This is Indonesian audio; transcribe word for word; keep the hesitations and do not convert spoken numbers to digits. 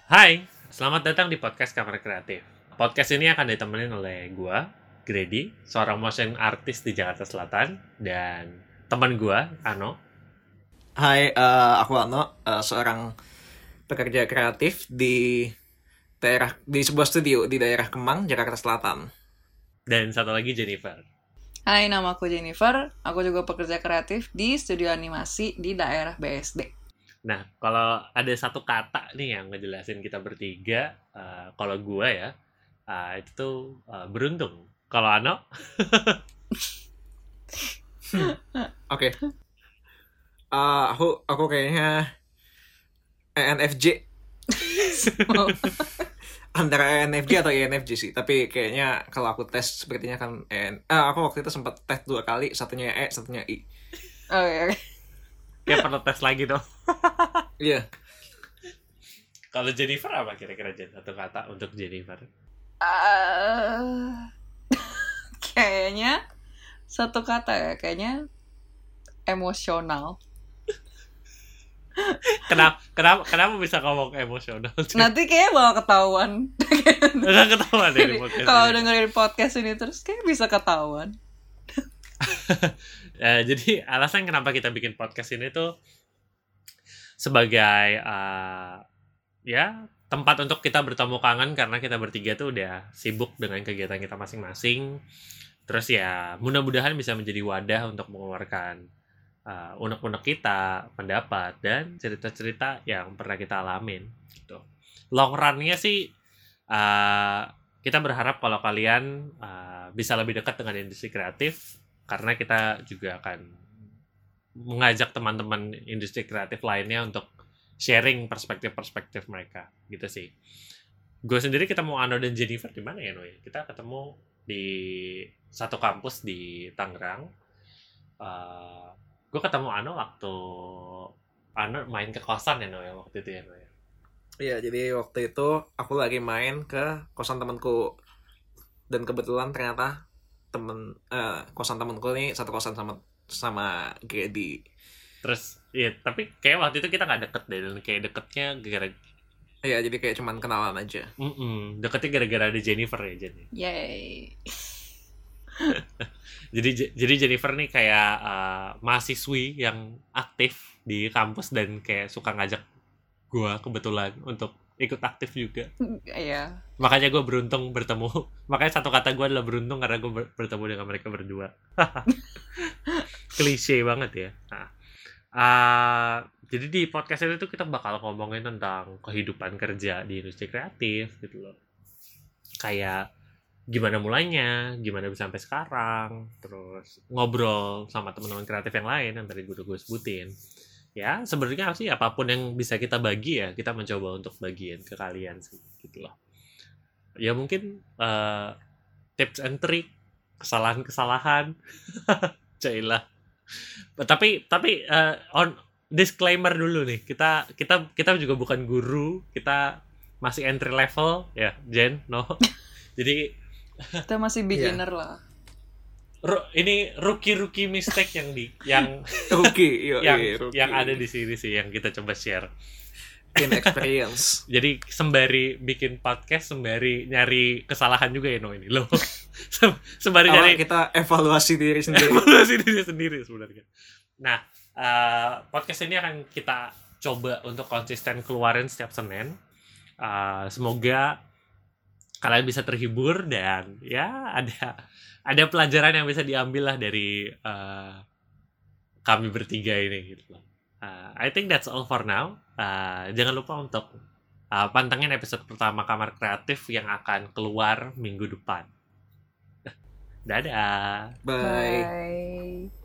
Hai, selamat datang di podcast Kamar Kreatif. Podcast ini akan ditemenin oleh gua, Grady, seorang motion artist di Jakarta Selatan, dan teman gua, Ano. Hai, eh, aku Ano, eh, seorang pekerja kreatif di daerah di sebuah studio di daerah Kemang, Jakarta Selatan. Dan satu lagi Jennifer. Hai, nama aku Jennifer. Aku juga pekerja kreatif di studio animasi di daerah B S D. Nah, kalau ada satu kata nih yang ngejelasin kita bertiga, uh, kalau gua ya, uh, itu tuh uh, beruntung. Kalau Ano? Oke, Eh, aku aku kayaknya E N F J antara E N F J atau I N F J sih. Tapi kayaknya kalau aku tes sepertinya kan E N. Ah, aku waktu itu sempat tes dua kali, satunya E, satunya I. Oke, oke. Ya perlu tes lagi dong. Iya. Kalau Jennifer apa kira-kira Jen? Satu kata untuk Jennifer. Uh, kayaknya satu kata ya, kayaknya emosional. Kenapa, kenapa, kenapa bisa ngomong emosional? Nanti kayaknya bakal ketahuan. Udah ketahuan ya di podcast Kalau ini. dengerin podcast ini terus kayak bisa ketahuan. Eh, jadi alasan kenapa kita bikin podcast ini tuh sebagai uh, ya tempat untuk kita bertemu kangen, karena kita bertiga tuh udah sibuk dengan kegiatan kita masing-masing. Terus ya mudah-mudahan bisa menjadi wadah untuk mengeluarkan uh, unek-unek kita, pendapat, dan cerita-cerita yang pernah kita alamin gitu. Long run-nya sih uh, kita berharap kalau kalian uh, bisa lebih dekat dengan industri kreatif, karena kita juga akan mengajak teman-teman industri kreatif lainnya untuk sharing perspektif-perspektif mereka gitu sih. Gue sendiri ketemu Ano dan Jennifer di mana ya, Noy? Kita ketemu di satu kampus di Tangerang. Uh, gue ketemu Ano waktu Ano main ke kosan ya, Noy, waktu itu ya, Noy. Iya, jadi waktu itu aku lagi main ke kosan temanku, dan kebetulan ternyata temen eh, kosan temanku ini satu kosan sama sama Grady. Terus iya, tapi kayak waktu itu kita nggak deket deh, dan kayak deketnya gara Iya, jadi kayak cuman kenalan aja. Mm-mm, deketnya gara-gara ada Jennifer ya, Jen. Yay. jadi jadi Jennifer nih kayak uh, mahasiswi yang aktif di kampus dan kayak suka ngajak gue kebetulan untuk ikut aktif juga. Iya. Makanya gue beruntung bertemu. Makanya satu kata gue adalah beruntung karena gue ber- bertemu dengan mereka berdua. Klise banget ya. Nah, uh, jadi di podcast ini tuh kita bakal ngomongin tentang kehidupan kerja di industri kreatif gitu loh. Kayak gimana mulainya, gimana bisa sampai sekarang, terus ngobrol sama teman-teman kreatif yang lain yang tadi gue udah gue sebutin. Ya sebenarnya sih apapun yang bisa kita bagi ya kita mencoba untuk bagiin ke kalian sih gitu loh. Ya mungkin uh, tips and trick, kesalahan-kesalahan, cailah. Tapi tapi uh, on disclaimer dulu nih, kita kita kita juga bukan guru, kita masih entry level ya, Jen, no. Jadi Kita masih beginner yeah. lah. Ru- ini rookie-rookie mistake yang di yang Rookie, yo, yang iya, rookie. yang ada di sini sih yang kita coba share. Inexperience. Jadi sembari bikin podcast sembari nyari kesalahan juga ya, no, ini loh. Sembari nyari kita evaluasi diri sendiri. evaluasi diri sendiri sebenarnya. Nah, uh, podcast ini akan kita coba untuk konsisten keluarin setiap Senin. Uh, semoga kalian bisa terhibur dan ya ada ada pelajaran yang bisa diambil lah dari uh, kami bertiga ini gitu loh. Uh, I think that's all for now. Uh, jangan lupa untuk uh, pantengin episode pertama Kamar Kreatif yang akan keluar minggu depan. Dadah. Bye. Bye.